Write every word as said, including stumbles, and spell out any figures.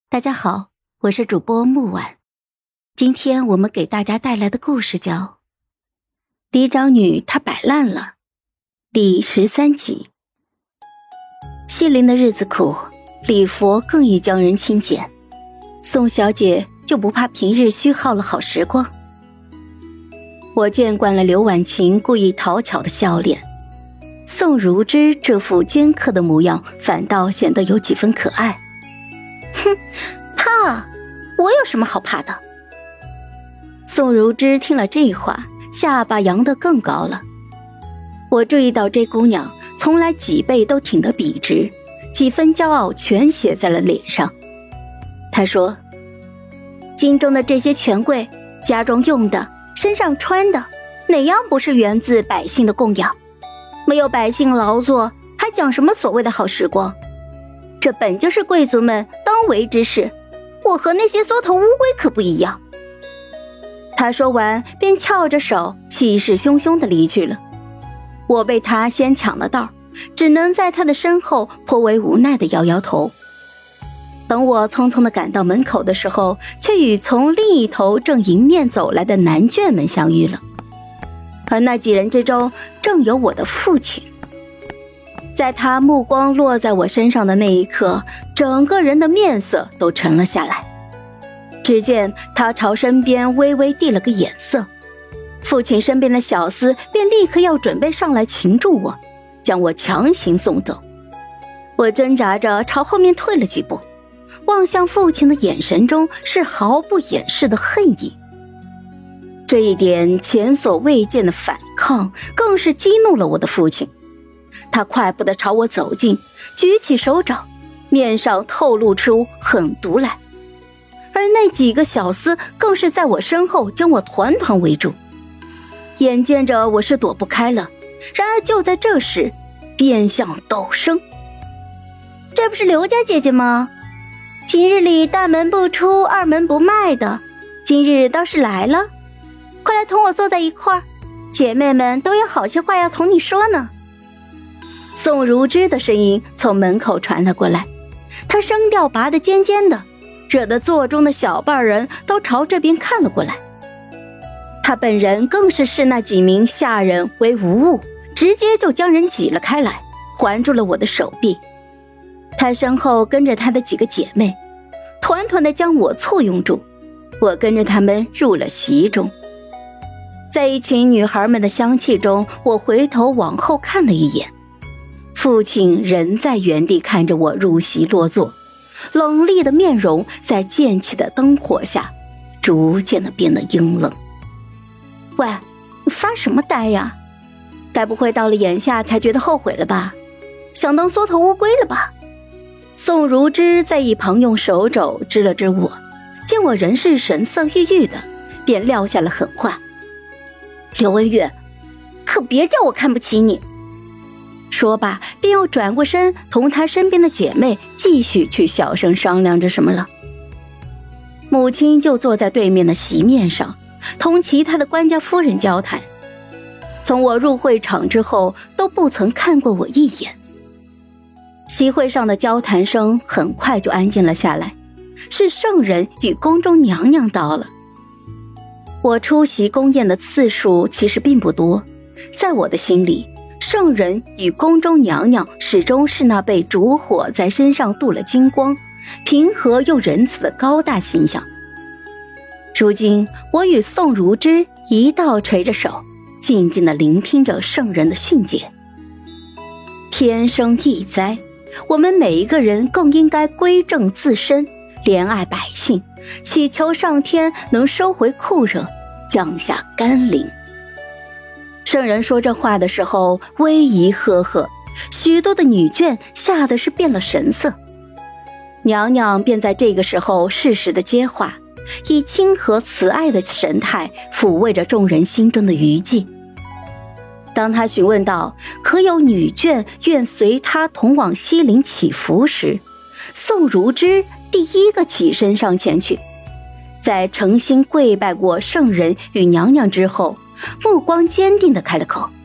大家好，我是主播木婉。今天我们给大家带来的故事叫《嫡长女她摆烂了》第十三集。西陵的日子苦，礼佛更易将人轻贱，宋小姐就不怕平日虚耗了好时光。我见惯了刘婉晴故意讨巧的笑脸，宋如之这副尖刻的模样反倒显得有几分可爱。哼，怕？我有什么好怕的？宋如之听了这话，下巴扬得更高了。我注意到这姑娘从来脊背都挺得笔直，几分骄傲全写在了脸上。她说，京中的这些权贵，家中用的，身上穿的，哪样不是源自百姓的供养？没有百姓劳作，还讲什么所谓的好时光？这本就是贵族们当为之事，我和那些缩头乌龟可不一样。他说完便翘着手，气势汹汹地离去了。我被他先抢了道，只能在他的身后颇为无奈地摇摇头。等我匆匆地赶到门口的时候，却与从另一头正迎面走来的男眷们相遇了，而那几人之中正有我的父亲。在他目光落在我身上的那一刻，整个人的面色都沉了下来。只见他朝身边微微递了个眼色，父亲身边的小厮便立刻要准备上来擒住我，将我强行送走。我挣扎着朝后面退了几步，望向父亲的眼神中是毫不掩饰的恨意。这一点前所未见的反抗更是激怒了我的父亲。他快步地朝我走近，举起手掌，面上透露出狠毒来。而那几个小厮更是在我身后将我团团围住。眼见着我是躲不开了，然而就在这时，便向陡升。这不是刘家姐姐吗？平日里大门不出二门不迈的，今日倒是来了。快来同我坐在一块儿，姐妹们都有好些话要同你说呢。宋如之的声音从门口传了过来，她声调拔得尖尖的，惹得座中的小半人都朝这边看了过来。她本人更是视那几名下人为无物，直接就将人挤了开来，环住了我的手臂。她身后跟着她的几个姐妹，团团地将我簇拥住，我跟着她们入了席中。在一群女孩们的香气中，我回头往后看了一眼，父亲仍在原地看着我入席落座，冷厉的面容在溅起的灯火下逐渐的变得阴冷。喂，你发什么呆呀？该不会到了眼下才觉得后悔了吧？想当缩头乌龟了吧？宋如之在一旁用手肘支了支我，见我仍是神色郁郁的，便撂下了狠话。刘文月，可别叫我看不起你。说罢便又转过身，同他身边的姐妹继续去小声商量着什么了。母亲就坐在对面的席面上，同其他的官家夫人交谈，从我入会场之后都不曾看过我一眼。席会上的交谈声很快就安静了下来，是圣人与宫中娘娘到了。我出席宫宴的次数其实并不多，在我的心里，圣人与宫中娘娘始终是那被烛火在身上镀了金光，平和又仁慈的高大形象。如今我与宋如之一道垂着手，静静地聆听着圣人的训诫。天生异灾，我们每一个人更应该归正自身，怜爱百姓，祈求上天能收回酷热，降下甘霖。圣人说这话的时候威仪赫赫，许多的女眷吓得是变了神色。娘娘便在这个时候适时的接话，以亲和慈爱的神态抚慰着众人心中的余悸。当他询问到可有女眷愿随他同往西陵祈福时，宋如之第一个起身上前去，在诚心跪拜过圣人与娘娘之后，目光坚定地开了口：